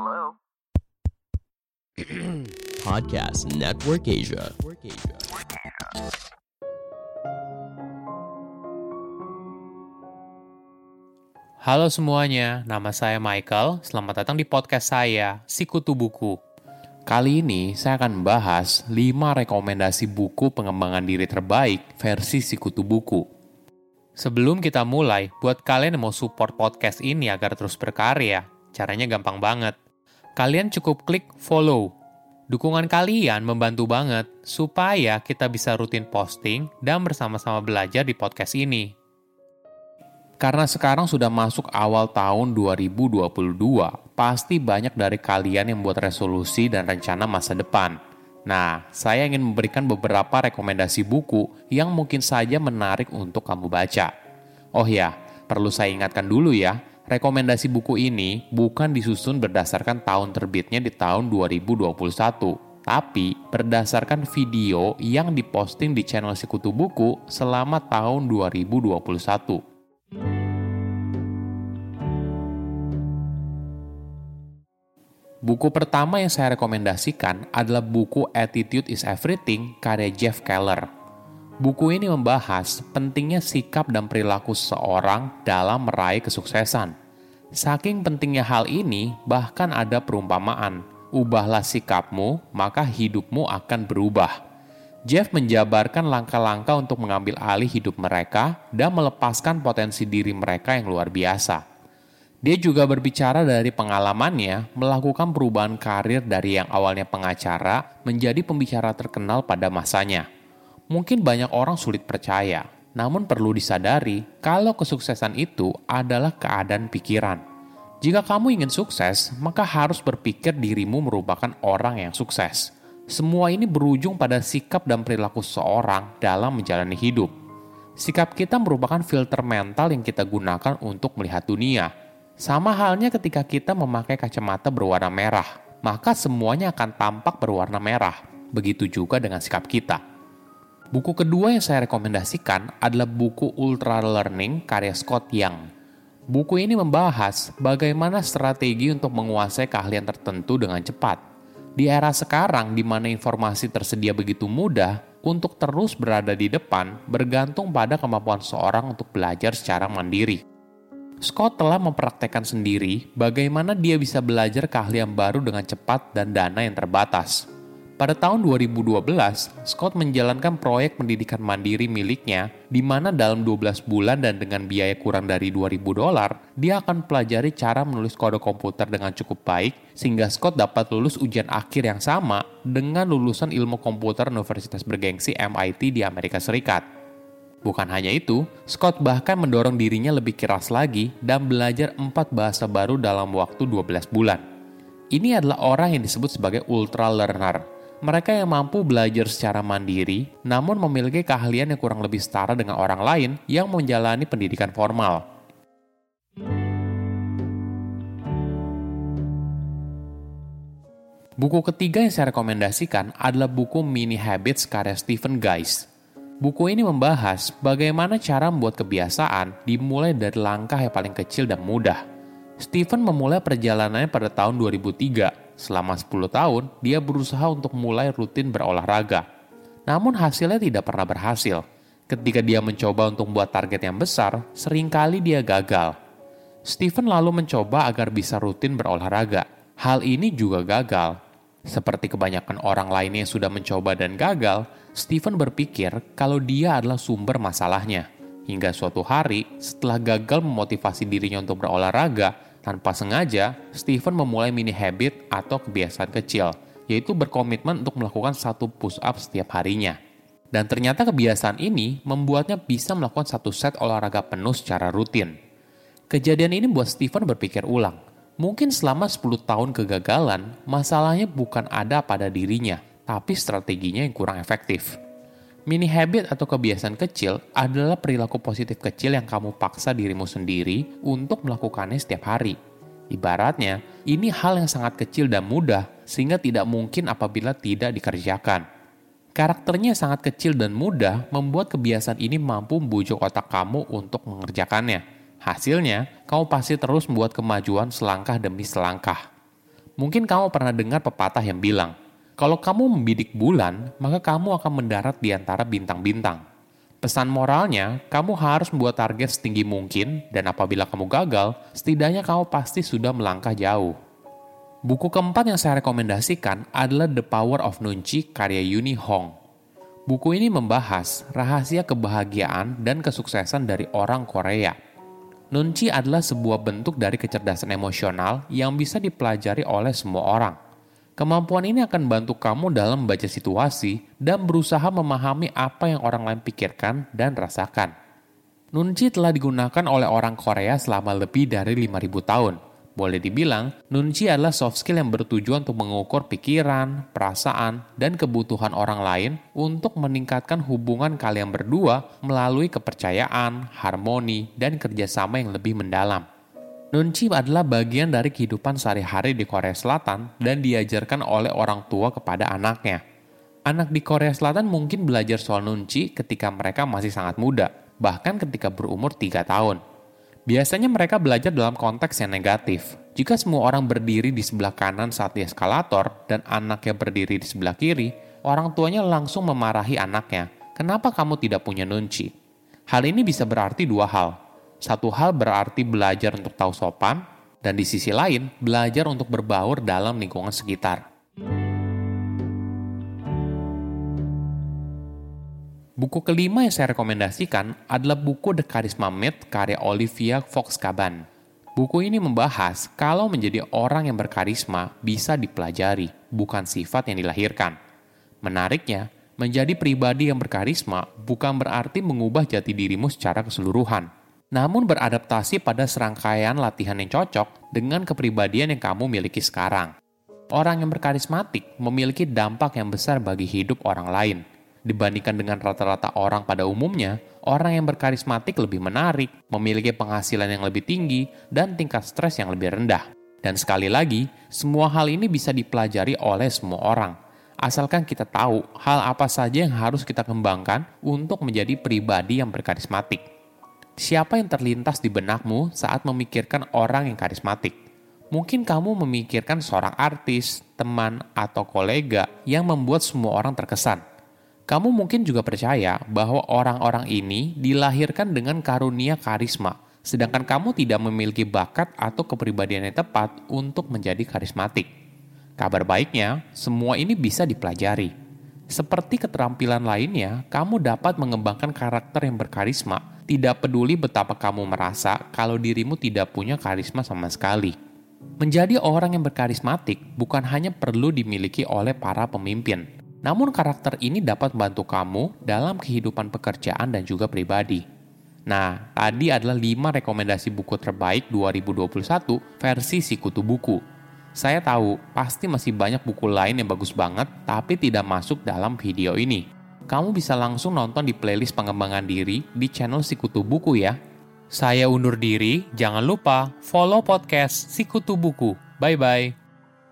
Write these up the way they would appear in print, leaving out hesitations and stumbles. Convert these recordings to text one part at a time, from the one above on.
Podcast Network Asia. Halo semuanya, nama saya Michael. Selamat datang di podcast saya, Sikutu Buku. Kali ini saya akan membahas 5 rekomendasi buku pengembangan diri terbaik versi Sikutu Buku. Sebelum kita mulai, buat kalian yang mau support podcast ini agar terus berkarya, caranya gampang banget. Kalian cukup klik follow. Dukungan kalian membantu banget supaya kita bisa rutin posting dan bersama-sama belajar di podcast ini. Karena sekarang sudah masuk awal tahun 2022, pasti banyak dari kalian yang buat resolusi dan rencana masa depan. Nah, saya ingin memberikan beberapa rekomendasi buku yang mungkin saja menarik untuk kamu baca. Oh ya, perlu saya ingatkan dulu ya, rekomendasi buku ini bukan disusun berdasarkan tahun terbitnya di tahun 2021, tapi berdasarkan video yang diposting di channel Sikutu Buku selama tahun 2021. Buku pertama yang saya rekomendasikan adalah buku Attitude is Everything karya Jeff Keller. Buku ini membahas pentingnya sikap dan perilaku seseorang dalam meraih kesuksesan. Saking pentingnya hal ini, bahkan ada perumpamaan, ubahlah sikapmu, maka hidupmu akan berubah. Jeff menjabarkan langkah-langkah untuk mengambil alih hidup mereka dan melepaskan potensi diri mereka yang luar biasa. Dia juga berbicara dari pengalamannya melakukan perubahan karir dari yang awalnya pengacara menjadi pembicara terkenal pada masanya. Mungkin banyak orang sulit percaya, namun perlu disadari kalau kesuksesan itu adalah keadaan pikiran. Jika kamu ingin sukses, maka harus berpikir dirimu merupakan orang yang sukses. Semua ini berujung pada sikap dan perilaku seseorang dalam menjalani hidup. Sikap kita merupakan filter mental yang kita gunakan untuk melihat dunia. Sama halnya ketika kita memakai kacamata berwarna merah, maka semuanya akan tampak berwarna merah. Begitu juga dengan sikap kita. Buku kedua yang saya rekomendasikan adalah buku Ultra Learning karya Scott Young. Buku ini membahas bagaimana strategi untuk menguasai keahlian tertentu dengan cepat. Di era sekarang di mana informasi tersedia begitu mudah, untuk terus berada di depan bergantung pada kemampuan seorang untuk belajar secara mandiri. Scott telah mempraktekkan sendiri bagaimana dia bisa belajar keahlian baru dengan cepat dan dana yang terbatas. Pada tahun 2012, Scott menjalankan proyek pendidikan mandiri miliknya, di mana dalam 12 bulan dan dengan biaya kurang dari $2.000, dia akan pelajari cara menulis kode komputer dengan cukup baik, sehingga Scott dapat lulus ujian akhir yang sama dengan lulusan ilmu komputer Universitas bergengsi MIT di Amerika Serikat. Bukan hanya itu, Scott bahkan mendorong dirinya lebih keras lagi dan belajar 4 bahasa baru dalam waktu 12 bulan. Ini adalah orang yang disebut sebagai ultra learner. Mereka yang mampu belajar secara mandiri, namun memiliki keahlian yang kurang lebih setara dengan orang lain yang menjalani pendidikan formal. Buku ketiga yang saya rekomendasikan adalah buku Mini Habits karya Stephen Guise. Buku ini membahas bagaimana cara membuat kebiasaan dimulai dari langkah yang paling kecil dan mudah. Stephen memulai perjalanannya pada tahun 2003. Selama 10 tahun, dia berusaha untuk mulai rutin berolahraga. Namun hasilnya tidak pernah berhasil. Ketika dia mencoba untuk membuat target yang besar, seringkali dia gagal. Stephen lalu mencoba agar bisa rutin berolahraga. Hal ini juga gagal. Seperti kebanyakan orang lainnya yang sudah mencoba dan gagal, Stephen berpikir kalau dia adalah sumber masalahnya. Hingga suatu hari, setelah gagal memotivasi dirinya untuk berolahraga, tanpa sengaja, Stephen memulai mini habit atau kebiasaan kecil, yaitu berkomitmen untuk melakukan 1 push-up setiap harinya. Dan ternyata kebiasaan ini membuatnya bisa melakukan 1 set olahraga penuh secara rutin. Kejadian ini membuat Stephen berpikir ulang. Mungkin selama 10 tahun kegagalan, masalahnya bukan ada pada dirinya, tapi strateginya yang kurang efektif. Mini habit atau kebiasaan kecil adalah perilaku positif kecil yang kamu paksa dirimu sendiri untuk melakukannya setiap hari. Ibaratnya, ini hal yang sangat kecil dan mudah, sehingga tidak mungkin apabila tidak dikerjakan. Karakternya sangat kecil dan mudah membuat kebiasaan ini mampu membujuk otak kamu untuk mengerjakannya. Hasilnya, kamu pasti terus membuat kemajuan selangkah demi selangkah. Mungkin kamu pernah dengar pepatah yang bilang, kalau kamu membidik bulan, maka kamu akan mendarat di antara bintang-bintang. Pesan moralnya, kamu harus membuat target setinggi mungkin, dan apabila kamu gagal, setidaknya kamu pasti sudah melangkah jauh. Buku keempat yang saya rekomendasikan adalah The Power of Nunchi karya Yuni Hong. Buku ini membahas rahasia kebahagiaan dan kesuksesan dari orang Korea. Nunchi adalah sebuah bentuk dari kecerdasan emosional yang bisa dipelajari oleh semua orang. Kemampuan ini akan membantu kamu dalam membaca situasi dan berusaha memahami apa yang orang lain pikirkan dan rasakan. Nunchi telah digunakan oleh orang Korea selama lebih dari 5.000 tahun. Boleh dibilang, Nunchi adalah soft skill yang bertujuan untuk mengukur pikiran, perasaan, dan kebutuhan orang lain untuk meningkatkan hubungan kalian berdua melalui kepercayaan, harmoni, dan kerjasama yang lebih mendalam. Nunchi adalah bagian dari kehidupan sehari-hari di Korea Selatan dan diajarkan oleh orang tua kepada anaknya. Anak di Korea Selatan mungkin belajar soal Nunchi ketika mereka masih sangat muda, bahkan ketika berumur 3 tahun. Biasanya mereka belajar dalam konteks yang negatif. Jika semua orang berdiri di sebelah kanan saat di eskalator dan anaknya berdiri di sebelah kiri, orang tuanya langsung memarahi anaknya. Kenapa kamu tidak punya Nunchi? Hal ini bisa berarti dua hal. Satu hal berarti belajar untuk tahu sopan, dan di sisi lain, belajar untuk berbaur dalam lingkungan sekitar. Buku kelima yang saya rekomendasikan adalah buku The Charisma Myth karya Olivia Fox-Cabane. Buku ini membahas kalau menjadi orang yang berkarisma bisa dipelajari, bukan sifat yang dilahirkan. Menariknya, menjadi pribadi yang berkarisma bukan berarti mengubah jati dirimu secara keseluruhan, namun beradaptasi pada serangkaian latihan yang cocok dengan kepribadian yang kamu miliki sekarang. Orang yang berkarismatik memiliki dampak yang besar bagi hidup orang lain. Dibandingkan dengan rata-rata orang pada umumnya, orang yang berkarismatik lebih menarik, memiliki penghasilan yang lebih tinggi, dan tingkat stres yang lebih rendah. Dan sekali lagi, semua hal ini bisa dipelajari oleh semua orang. Asalkan kita tahu hal apa saja yang harus kita kembangkan untuk menjadi pribadi yang berkarismatik. Siapa yang terlintas di benakmu saat memikirkan orang yang karismatik? Mungkin kamu memikirkan seorang artis, teman, atau kolega yang membuat semua orang terkesan. Kamu mungkin juga percaya bahwa orang-orang ini dilahirkan dengan karunia karisma, sedangkan kamu tidak memiliki bakat atau kepribadian yang tepat untuk menjadi karismatik. Kabar baiknya, semua ini bisa dipelajari. Seperti keterampilan lainnya, kamu dapat mengembangkan karakter yang berkarisma, tidak peduli betapa kamu merasa kalau dirimu tidak punya karisma sama sekali. Menjadi orang yang berkarismatik bukan hanya perlu dimiliki oleh para pemimpin, namun karakter ini dapat membantu kamu dalam kehidupan pekerjaan dan juga pribadi. Nah, tadi adalah 5 rekomendasi buku terbaik 2021 versi Sikutu Buku. Saya tahu, pasti masih banyak buku lain yang bagus banget, tapi tidak masuk dalam video ini. Kamu bisa langsung nonton di playlist pengembangan diri di channel Sikutu Buku ya. Saya undur diri, jangan lupa follow podcast Sikutu Buku. Bye-bye.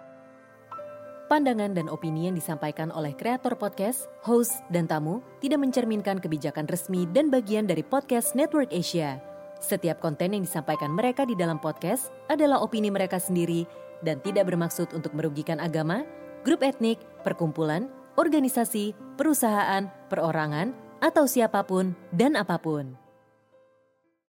Pandangan dan opini yang disampaikan oleh kreator podcast, host, dan tamu tidak mencerminkan kebijakan resmi dan bagian dari Podcast Network Asia. Setiap konten yang disampaikan mereka di dalam podcast adalah opini mereka sendiri dan tidak bermaksud untuk merugikan agama, grup etnik, perkumpulan, organisasi, perusahaan, perorangan, atau siapapun dan apapun.